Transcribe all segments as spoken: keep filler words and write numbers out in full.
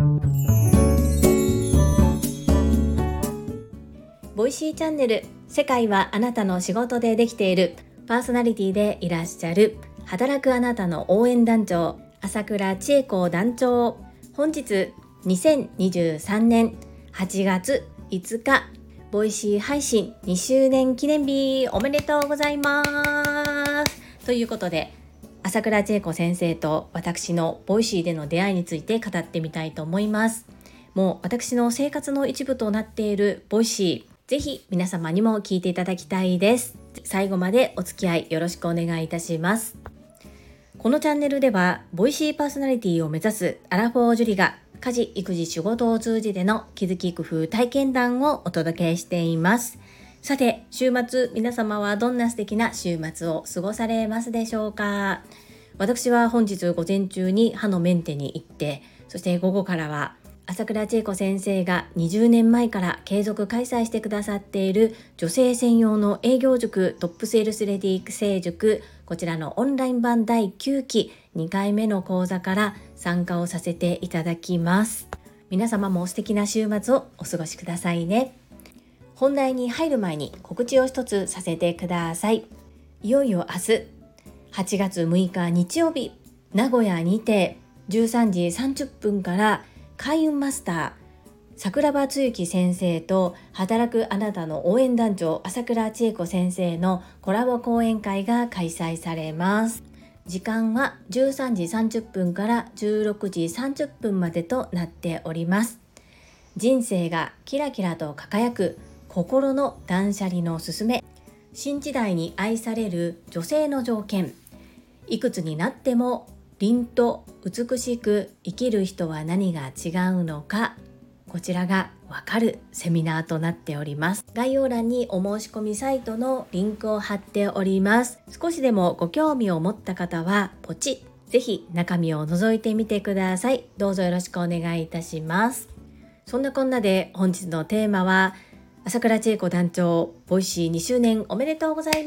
ボイシーチャンネル、世界はあなたの仕事でできている。パーソナリティでいらっしゃる働くあなたの応援団長、朝倉千恵子団長。本日にせんにじゅうさんねんはちがついつか、ボイシー配信にしゅうねん記念日おめでとうございます。ということで、朝倉千恵子先生と私のボイシーでの出会いについて語ってみたいと思います。もう私の生活の一部となっているボイシー、ぜひ皆様にも聞いていただきたいです。最後までお付き合いよろしくお願いいたします。このチャンネルではボイシーパーソナリティを目指すアラフォージュリが家事・育児・仕事を通じての気づき・工夫・体験談をお届けしています。さて、週末皆様はどんな素敵な週末を過ごされますでしょうか。私は本日午前中に歯のメンテに行って、そして午後からは朝倉千恵子先生がにじゅうねんまえから継続開催してくださっている女性専用の営業塾、トップセールスレディ育成塾、こちらのオンライン版だいきゅうきにかいめの講座から参加をさせていただきます。皆様も素敵な週末をお過ごしくださいね。本題に入る前に告知を一つさせてください。いよいよ明日はちがつむいか日曜日、名古屋にてじゅうさんじさんじゅっぷんから開運マスター桜庭つゆき先生と働くあなたの応援団長朝倉千恵子先生のコラボ講演会が開催されます。時間はじゅうさんじさんじゅっぷんからじゅうろくじさんじゅっぷんまでとなっております。人生がキラキラと輝く心の断捨離のすすめ、新時代に愛される女性の条件、いくつになっても凛と美しく生きる人は何が違うのか、こちらがわかるセミナーとなっております。概要欄にお申し込みサイトのリンクを貼っております。少しでもご興味を持った方はポチッ、ぜひ中身を覗いてみてください。どうぞよろしくお願いいたします。そんなこんなで本日のテーマは、朝倉千恵子団長ボイシーにしゅうねんおめでとうございます。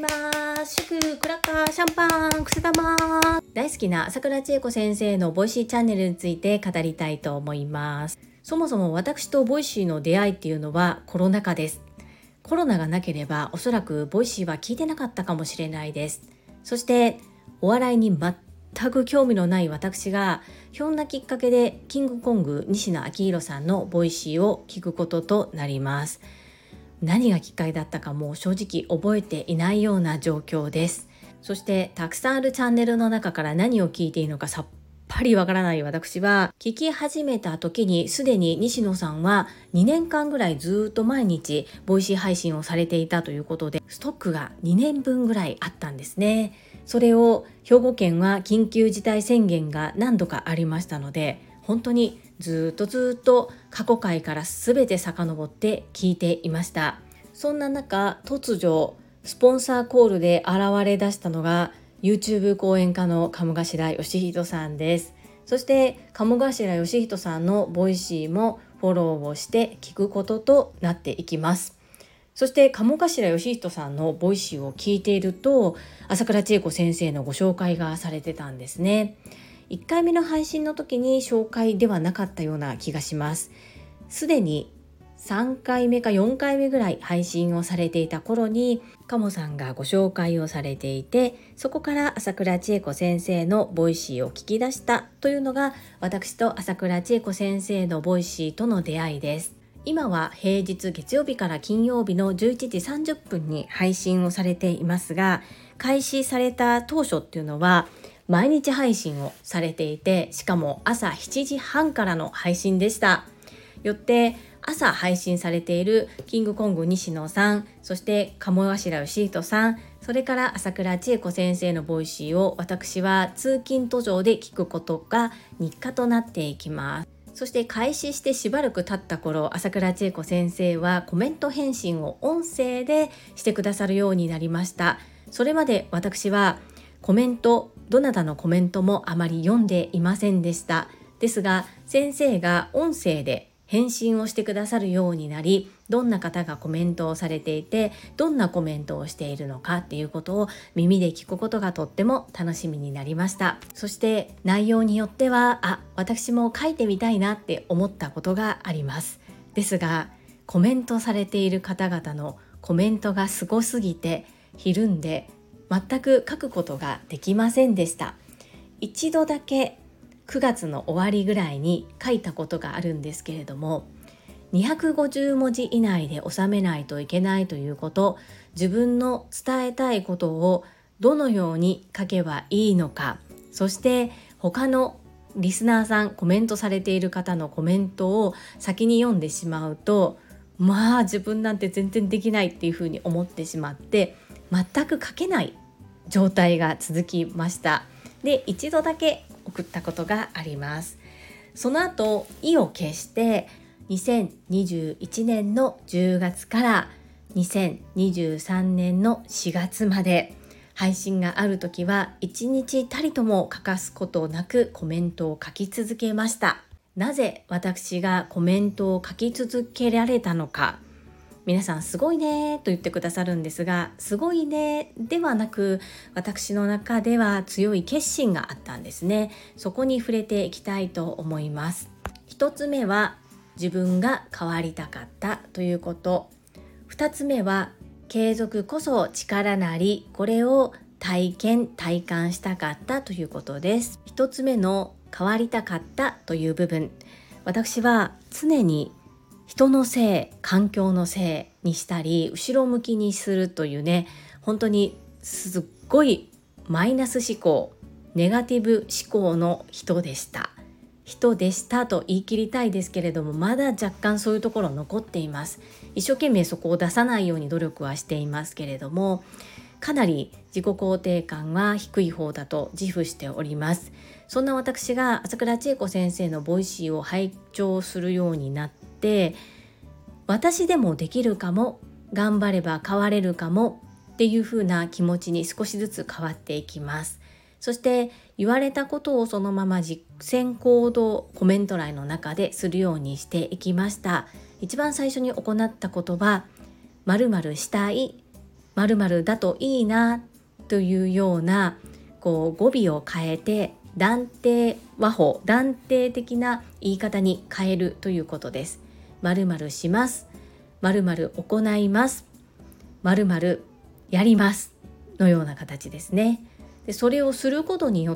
祝クラッカーシャンパンくす玉。大好きな朝倉千恵子先生のボイシーチャンネルについて語りたいと思います。そもそも私とボイシーの出会いっていうのはコロナ禍です。コロナがなければおそらくボイシーは聞いてなかったかもしれないです。そしてお笑いに全く興味のない私がひょんなきっかけでキングコング西野昭弘さんのボイシーを聞くこととなります。何がきっかけだったかもう正直覚えていないような状況です。そしてたくさんあるチャンネルの中から何を聞いていいのかさっぱりわからない私は、聞き始めた時にすでに西野さんはにねんかんぐらいずっと毎日ボイシー配信をされていたということで、ストックがにねんぶんぐらいあったんですね。それを兵庫県は緊急事態宣言が何度かありましたので、本当にずっとずっと過去回から全て遡って聞いていました。そんな中、突如スポンサーコールで現れ出したのが YouTube 講演家の鴨頭義人さんです。そして鴨頭義人さんのボイシーもフォローをして聞くこととなっていきます。そして鴨頭義人さんのボイシーを聞いていると、朝倉千恵子先生のご紹介がされてたんですね。いっかいめの配信の時に紹介ではなかったような気がします。すでにさんかいめかよんかいめぐらい配信をされていた頃に鴨さんがご紹介をされていて、そこから朝倉千恵子先生のボイシーを聞き出したというのが私と朝倉千恵子先生のボイシーとの出会いです。今は平日月曜日から金曜日のじゅういちじさんじゅっぷんに配信をされていますが、開始された当初っていうのは毎日配信をされていて、しかも朝しちじはんからの配信でした。よって朝配信されているキングコング西野さん、そして鴨頭義人さん、それから朝倉千恵子先生のボイシーを私は通勤途上で聞くことが日課となっていきます。そして開始してしばらく経った頃、朝倉千恵子先生はコメント返信を音声でしてくださるようになりました。それまで私はコメント、どなたのコメントもあまり読んでいませんでした。ですが先生が音声で返信をしてくださるようになり、どんな方がコメントをされていて、どんなコメントをしているのかっていうことを耳で聞くことがとっても楽しみになりました。そして内容によっては、あ、私も書いてみたいなって思ったことがあります。ですが、コメントされている方々のコメントがすごすぎてひるんで全く書くことができませんでした。一度だけくがつの終わりぐらいに書いたことがあるんですけれども、にひゃくごじゅうもじ以内で収めないといけないということ、自分の伝えたいことをどのように書けばいいのか、そして他のリスナーさん、コメントされている方のコメントを先に読んでしまうと、まあ自分なんて全然できないっていうふうに思ってしまって、全く書けない状態が続きました。で、一度だけ送ったことがあります。その後意を決してにせんにじゅういちねんのじゅうがつからにせんにじゅうさんねんのしがつまで、配信があるときはいちにちたりとも欠かすことなくコメントを書き続けました。なぜ私がコメントを書き続けられたのか、皆さんすごいねと言ってくださるんですが、すごいねではなく、私の中では強い決心があったんですね。そこに触れていきたいと思います。一つ目は自分が変わりたかったということ。二つ目は継続こそ力なり、これを体験体感したかったということです。一つ目の変わりたかったという部分、私は常に人のせい、環境のせいにしたり、後ろ向きにするというね、本当にすっごいマイナス思考、ネガティブ思考の人でした人でしたと言い切りたいですけれども、まだ若干そういうところ残っています。一生懸命そこを出さないように努力はしていますけれども、かなり自己肯定感は低い方だと自負しております。そんな私が朝倉千恵子先生のボイシーを拝聴するようになって、私でもできるかも、頑張れば変われるかもっていう風な気持ちに少しずつ変わっていきます。そして言われたことをそのまま実践行動、コメント欄の中でするようにしていきました。一番最初に行った言葉、〇〇したい、〇〇だといいなというようなこう語尾を変えて、断定和法、断定的な言い方に変えるということです。〇〇します、〇〇行います、〇〇やりますのような形ですね。で、それをすることによって、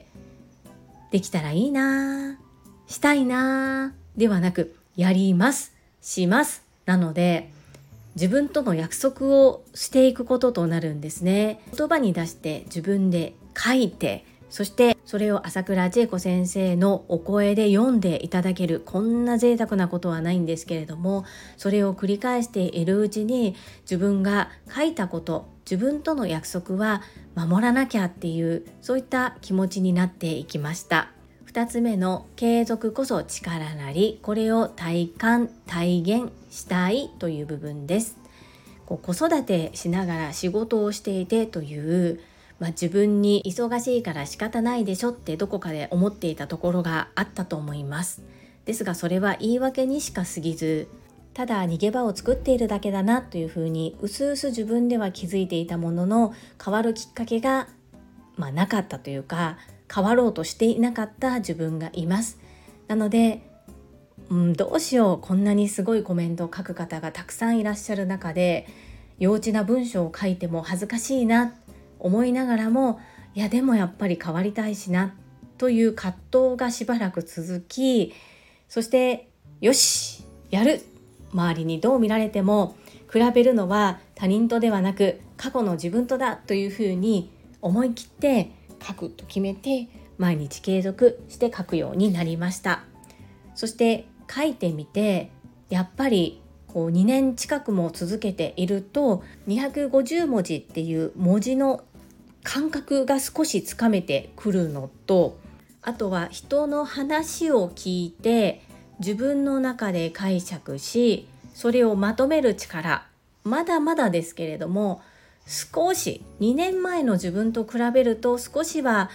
できたらいいな、したいなではなく、やります、しますなので、自分との約束をしていくこととなるんですね。言葉に出して自分で書いて、そしてそれを朝倉千恵子先生のお声で読んでいただける、こんな贅沢なことはないんですけれども、それを繰り返しているうちに、自分が書いたこと、自分との約束は守らなきゃっていう、そういった気持ちになっていきました。二つ目の継続こそ力なり、これを体感体現したいという部分です。こう子育てしながら仕事をしていてという、まあ、自分に忙しいから仕方ないでしょってどこかで思っていたところがあったと思います。ですがそれは言い訳にしか過ぎず、ただ逃げ場を作っているだけだなというふうにうすうす自分では気づいていたものの、変わるきっかけが、まあ、なかったというか、変わろうとしていなかった自分がいます。なので、うん、どうしよう、こんなにすごいコメントを書く方がたくさんいらっしゃる中で、幼稚な文章を書いても恥ずかしいな思いながらも、いやでもやっぱり変わりたいしなという葛藤がしばらく続き、そしてよしやる、周りにどう見られても比べるのは他人とではなく過去の自分とだというふうに思い切って書くと決めて、毎日継続して書くようになりました。そして書いてみて、やっぱりこうにねん近くも続けていると、にひゃくごじゅうもじっていう文字の感覚が少しつかめてくるのと、あとは人の話を聞いて自分の中で解釈し、それをまとめる力、まだまだですけれども、少しにねんまえの自分と比べると少しは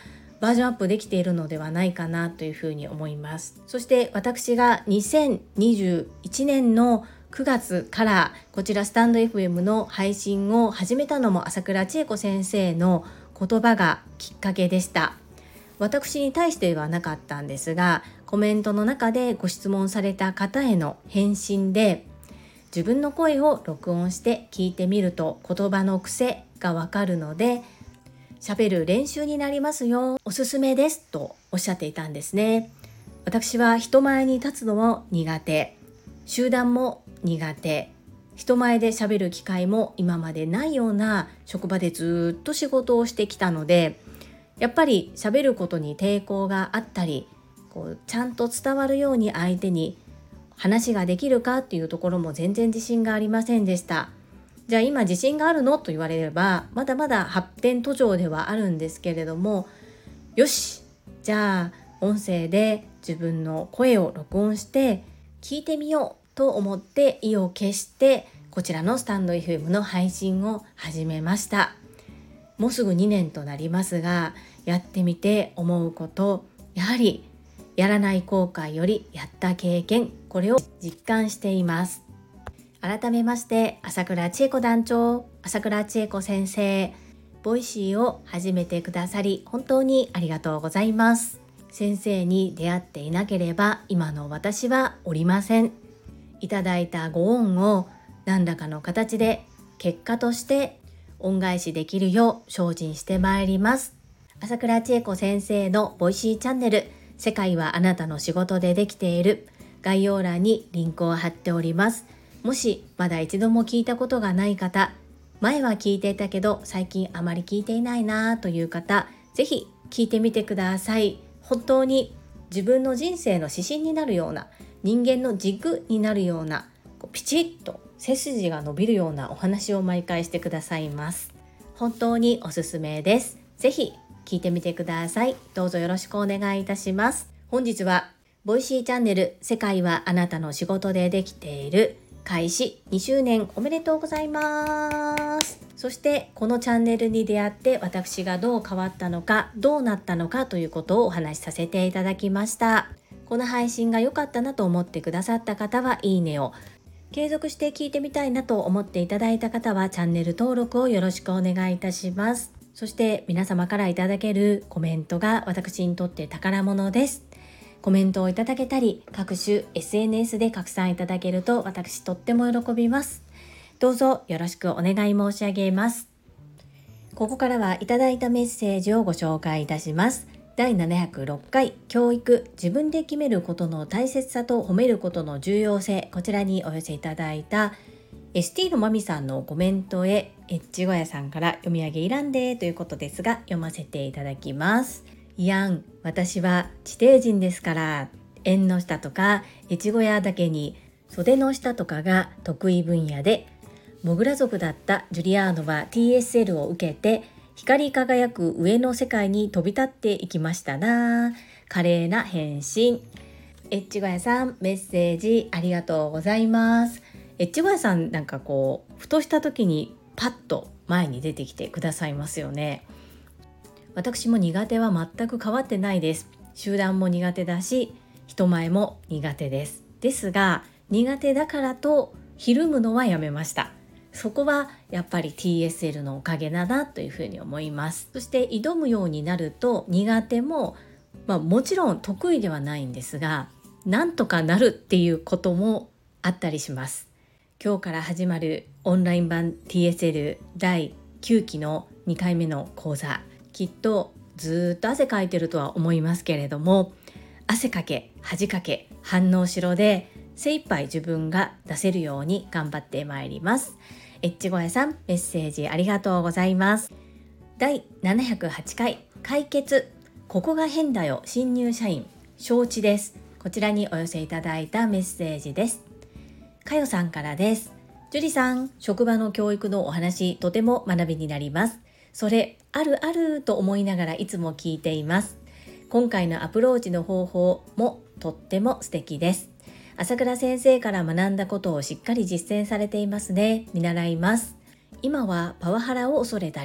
バージョンアップできているのではないかなというふうに思います。そして私がにせんにじゅういちねんのくがつからこちらスタンド エフエム の配信を始めたのも朝倉千恵子先生の言葉がきっかけでした。私に対してではなかったんですが、コメントの中でご質問された方への返信で、自分の声を録音して聞いてみると言葉の癖がわかるので喋る練習になりますよ、おすすめですとおっしゃっていたんですね。私は人前に立つのも苦手、集団も苦手、人前で喋る機会も今までないような職場でずっと仕事をしてきたので、やっぱり喋ることに抵抗があったり、こうちゃんと伝わるように相手に話ができるかっていうところも全然自信がありませんでした。じゃあ今自信があるのと言われれば、まだまだ発展途上ではあるんですけれども、よし、じゃあ音声で自分の声を録音して聞いてみようと思って意を決してこちらのスタンド エフエム の配信を始めました。もうすぐにねんとなりますが、やってみて思うこと、やはりやらない後悔よりやった経験、これを実感しています。改めまして朝倉千恵子団長、朝倉千恵子先生、ボイシーを始めてくださり本当にありがとうございます。先生に出会っていなければ今の私はおりません。いただいたご恩を何らかの形で結果として恩返しできるよう精進してまいります。朝倉千恵子先生のボイシーチャンネル、世界はあなたの仕事でできている、概要欄にリンクを貼っております。もしまだ一度も聞いたことがない方、前は聞いていたけど最近あまり聞いていないなという方、ぜひ聞いてみてください。本当に自分の人生の指針になるような、人間の軸になるような、こうピチッと背筋が伸びるようなお話を毎回してくださいます。本当におすすめです。ぜひ聞いてみてください。どうぞよろしくお願いいたします。本日はボイシーチャンネル、世界はあなたの仕事でできている、開始にしゅうねんおめでとうございます。そしてこのチャンネルに出会って私がどう変わったのか、どうなったのかということをお話しさせていただきました。この配信が良かったなと思ってくださった方はいいねを、継続して聞いてみたいなと思っていただいた方はチャンネル登録をよろしくお願いいたします。そして皆様からいただけるコメントが私にとって宝物です。コメントをいただけたり、各種 エスエヌエス で拡散いただけると私とっても喜びます。どうぞよろしくお願い申し上げます。ここからはいただいたメッセージをご紹介いたします。だいななひゃくろっかい、教育、自分で決めることの大切さと褒めることの重要性、こちらにお寄せいただいた エスティー のまみさんのコメントへ、エッチゴヤさんから読み上げいらんでということですが、読ませていただきます。いやん、私は地底人ですから、縁の下とか越後屋だけに袖の下とかが得意分野で、モグラ族だったジュリアーノは ティーエスエル を受けて光り輝く上の世界に飛び立っていきましたな。華麗な変身。越後屋さん、メッセージありがとうございます。越後屋さん、なんかこうふとした時にパッと前に出てきてくださいますよね。私も苦手は全く変わってないです。集団も苦手だし、人前も苦手です。ですが、苦手だからとひるむのはやめました。そこはやっぱり ティーエスエル のおかげだなというふうに思います。そして挑むようになると苦手も、まあ、もちろん得意ではないんですが、なんとかなるっていうこともあったりします。今日から始まるオンライン版 ティーエスエル だいきゅうきのにかいめの講座、きっとずっと汗かいてるとは思いますけれども、汗かけ、恥かけ、反応しろで精一杯自分が出せるように頑張ってまいります。越後屋さん、メッセージありがとうございます。だいななひゃくはちかい、解決、ここが変だよ新入社員承知です。こちらにお寄せいただいたメッセージです。かよさんからです。ジュリさん、職場の教育のお話、とても学びになります。それあるあると思いながらいつも聞いています。今回のアプローチの方法もとっても素敵です。朝倉先生から学んだことをしっかり実践されていますね。見習います。今はパワハラを恐れたり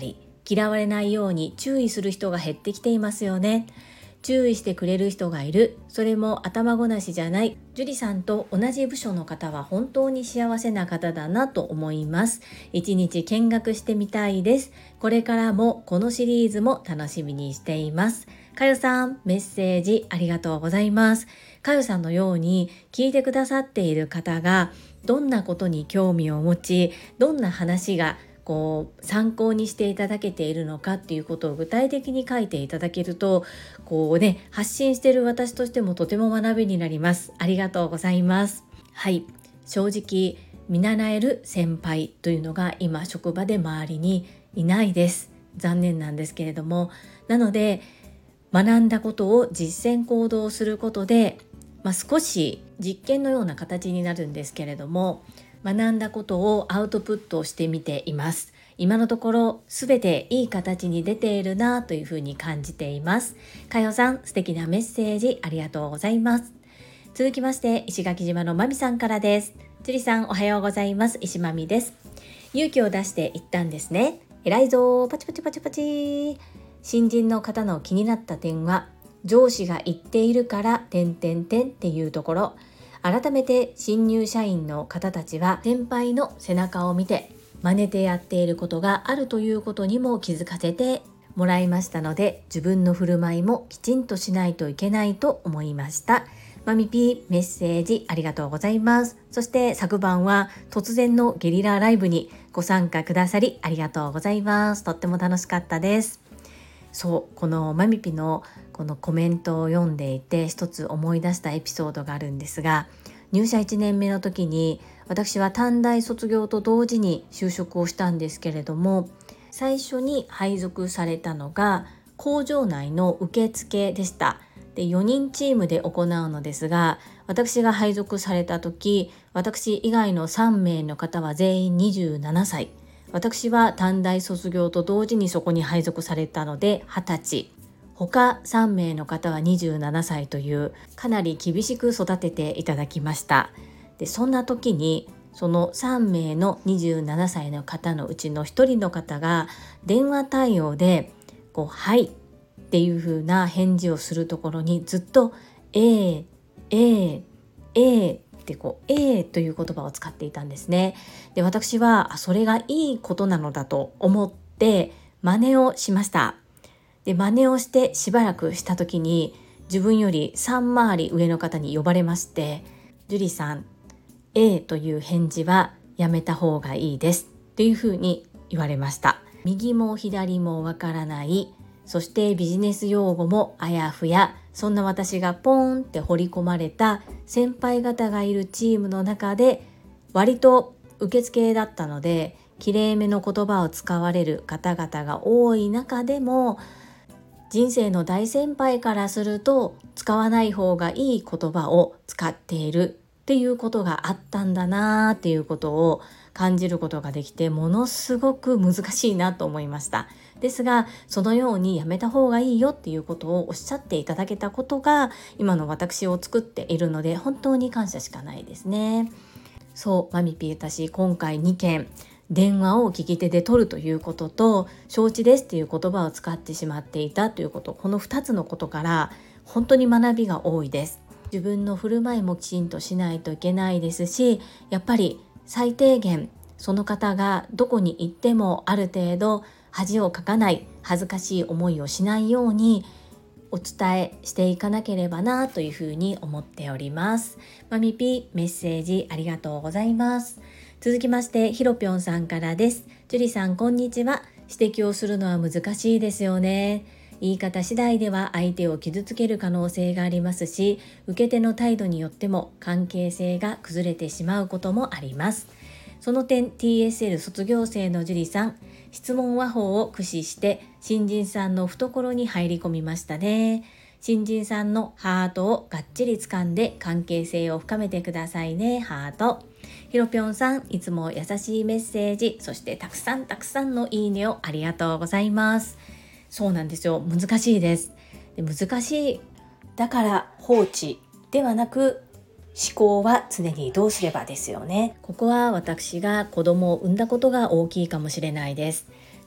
嫌われないように注意する人が減ってきていますよね。注意してくれる人がいる、それも頭ごなしじゃない。樹里さんと同じ部署の方は本当に幸せな方だなと思います。一日見学してみたいです。これからもこのシリーズも楽しみにしています。かよさん、メッセージありがとうございます。かよさんのように聞いてくださっている方がどんなことに興味を持ち、どんな話がこう参考にしていただけているのかっていうことを具体的に書いていただけると、こうね、発信している私としてもとても学びになります。ありがとうございます。はい、正直見習える先輩というのが今職場で周りにいないです。残念なんですけれども、なので学んだことを実践行動することで、まあ、少し実験のような形になるんですけれども、学んだことをアウトプットしてみています。今のところすべていい形に出ているなというふうに感じています。かよさん、素敵なメッセージありがとうございます。続きまして石垣島のまみさんからです。樹里さん、おはようございます。石まみです。勇気を出していったんですね。偉いぞー、パチパチパチパチ。新人の方の気になった点は、上司が言っているから点点点っていうところ。改めて新入社員の方たちは先輩の背中を見て真似てやっていることがあるということにも気づかせてもらいましたので、自分の振る舞いもきちんとしないといけないと思いました。マミピー、メッセージありがとうございます。そして昨晩は突然のゲリラライブにご参加くださりありがとうございます。とっても楽しかったです。そう、このマミピのこのコメントを読んでいて一つ思い出したエピソードがあるんですが、入社いちねんめの時に私は短大卒業と同時に就職をしたんですけれども、最初に配属されたのが工場内の受付でした。で、よにんチームで行うのですが、私が配属された時、私以外のさんめいの方は全員にじゅうななさい、私は短大卒業と同時にそこに配属されたのではたち、他さんめいの方はにじゅうななさいというかなり厳しく育てていただきました。で、そんな時にそのさんめいのにじゅうななさいの方のうちのひとりの方が電話対応でこうはいっていう風な返事をするところにずっとえーえーえーってこうえーという言葉を使っていたんですね。で、私はそれがいいことなのだと思って真似をしました。で、真似をしてしばらくした時に自分よりさん回り上の方に呼ばれまして、ジュリさん、A という返事はやめた方がいいですっていうふうに言われました。右も左もわからない、そしてビジネス用語もあやふや、そんな私がポーンって掘り込まれた先輩方がいるチームの中で、割と受付だったのできれいめの言葉を使われる方々が多い中でも、人生の大先輩からすると使わない方がいい言葉を使っているっていうことがあったんだなっていうことを感じることができて、ものすごく難しいなと思いました。ですが、そのようにやめた方がいいよっていうことをおっしゃっていただけたことが今の私を作っているので、本当に感謝しかないですね。そう、マミピー、私今回にけん電話を聞き手で取るということと、承知ですっていう言葉を使ってしまっていたということ、このふたつのことから本当に学びが多いです。自分の振る舞いもきちんとしないといけないですし、やっぱり最低限その方がどこに行ってもある程度恥をかかない、恥ずかしい思いをしないようにお伝えしていかなければなというふうに思っております。マミピー、メッセージありがとうございます。続きましてひろぴょんさんからです。ジュリさん、こんにちは。指摘をするのは難しいですよね。言い方次第では相手を傷つける可能性がありますし、受け手の態度によっても関係性が崩れてしまうこともあります。その点 ティーエスエル 卒業生のジュリさん、質問話法を駆使して新人さんの懐に入り込みましたね。新人さんのハートをがっちり掴んで関係性を深めてくださいね。ハート。ひろぴょんさん、いつも優しいメッセージ、そしてたくさんたくさんのいいねをありがとうございます。そうなんですよ、難しいです。で、難しいだから放置ではなく、思考は常にどうすればですよね。ここは私が子供を産んだことが大きいかもしれないです。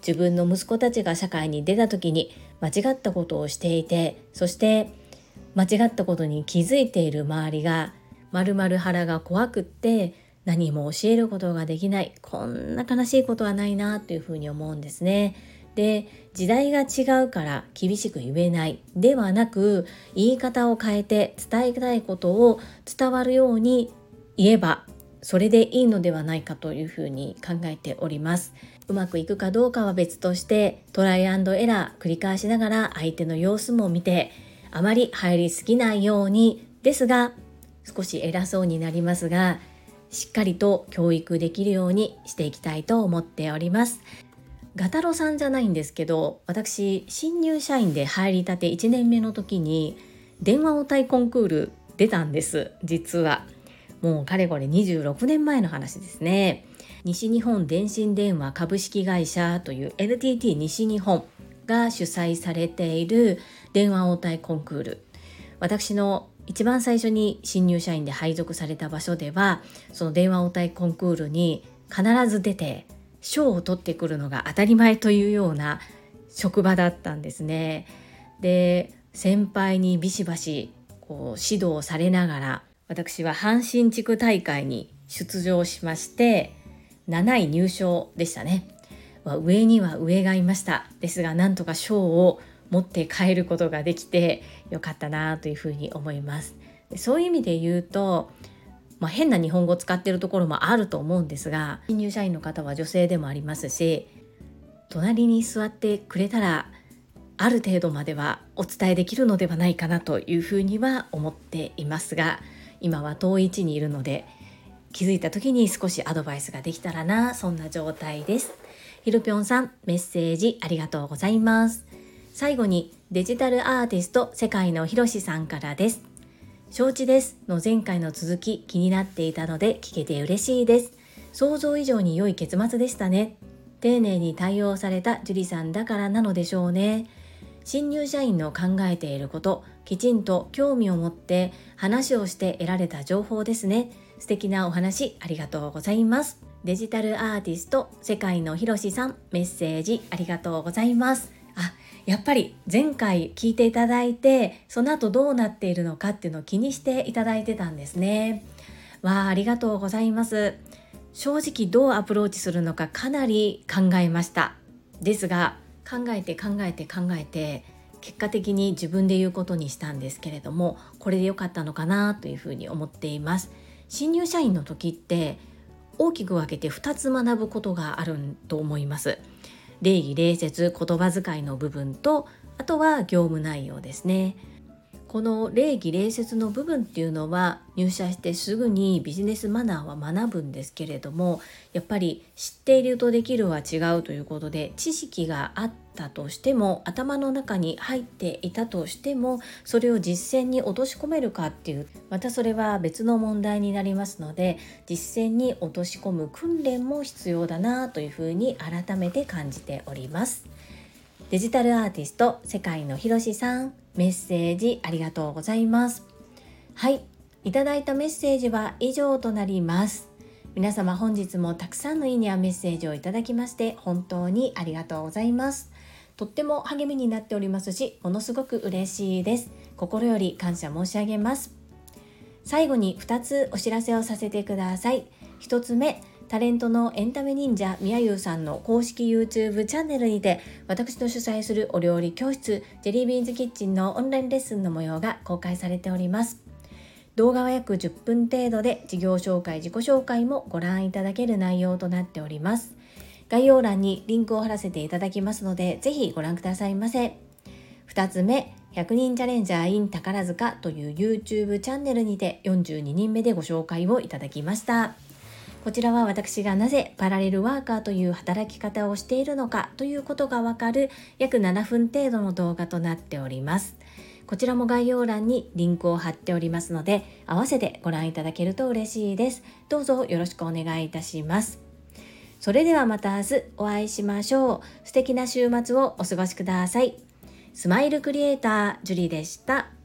自分の息子たちが社会に出た時に間違ったことをしていて、そして間違ったことに気づいている周りがまるまる腹が怖くって何も教えることができない、こんな悲しいことはないなというふうに思うんですね。で、時代が違うから厳しく言えないではなく、言い方を変えて伝えたいことを伝わるように言えばそれでいいのではないかというふうに考えております。うまくいくかどうかは別として、トライアンドエラー繰り返しながら相手の様子も見て、あまり入りすぎないようにですが、少し偉そうになりますが、しっかりと教育できるようにしていきたいと思っております。ガタロさんじゃないんですけど、私新入社員で入りたていちねんめの時に電話応対コンクール出たんです。実はもうかれこれにじゅうろくねんまえの話ですね。西日本電信電話株式会社という エヌティーティー 西日本が主催されている電話応対コンクール、私の一番最初に新入社員で配属された場所では、その電話応対コンクールに必ず出て賞を取ってくるのが当たり前というような職場だったんですね。で、先輩にビシバシこう指導されながら、私は阪神地区大会に出場しましてなない入賞でしたね。上には上がいました。ですがなんとか賞を持って帰ることができてよかったなというふうに思います。で、そういう意味で言うと、まあ、変な日本語を使っているところもあると思うんですが、新入社員の方は女性でもありますし、隣に座ってくれたらある程度まではお伝えできるのではないかなというふうには思っていますが、今は遠い位置にいるので気づいた時に少しアドバイスができたらな、そんな状態です。ひろぴょんさん、メッセージありがとうございます。最後にデジタルアーティスト世界のひろしさんからです。承知ですの前回の続き気になっていたので聞けて嬉しいです。想像以上に良い結末でしたね。丁寧に対応された樹里さんだからなのでしょうね。新入社員の考えていること、きちんと興味を持って話をして得られた情報ですね。素敵なお話ありがとうございます。デジタルアーティスト世界のひろしさん、メッセージありがとうございます。あ、やっぱり前回聞いていただいて、その後どうなっているのかっていうのを気にしていただいてたんですね。わあ、ありがとうございます。正直どうアプローチするのかかなり考えました。ですが考えて考えて考えて結果的に自分で言うことにしたんですけれども、これで良かったのかなというふうに思っています。新入社員の時って大きく分けてふたつ学ぶことがあると思います。礼儀礼節言葉遣いの部分と、あとは業務内容ですね。この礼儀礼節の部分っていうのは入社してすぐにビジネスマナーは学ぶんですけれども、やっぱり知っているとできるは違うということで、知識があったとしても頭の中に入っていたとしても、それを実践に落とし込めるかっていう、またそれは別の問題になりますので、実践に落とし込む訓練も必要だなというふうに改めて感じております。デジタルアーティスト世界のひろしさん、メッセージありがとうございます。はい、いただいたメッセージは以上となります。皆様本日もたくさんのいいねやメッセージをいただきまして本当にありがとうございます。とっても励みになっておりますし、ものすごく嬉しいです。心より感謝申し上げます。最後にふたつお知らせをさせてください。ひとつめ、タレントのエンタメ忍者みやゆうさんの公式 YouTube チャンネルにて、私の主催するお料理教室ジェリービーンズキッチンのオンラインレッスンの模様が公開されております。動画は約じゅっぷん程度で、事業紹介自己紹介もご覧いただける内容となっております。概要欄にリンクを貼らせていただきますので、ぜひご覧くださいませ。ふたつめ、ひゃくにんチャレンジャー in 宝塚という YouTube チャンネルにてよんじゅうににんめでご紹介をいただきました。こちらは私がなぜパラレルワーカーという働き方をしているのかということがわかる約ななふん程度の動画となっております。こちらも概要欄にリンクを貼っておりますので、合わせてご覧いただけると嬉しいです。どうぞよろしくお願いいたします。それではまた明日お会いしましょう。素敵な週末をお過ごしください。スマイルクリエイタージュリでした。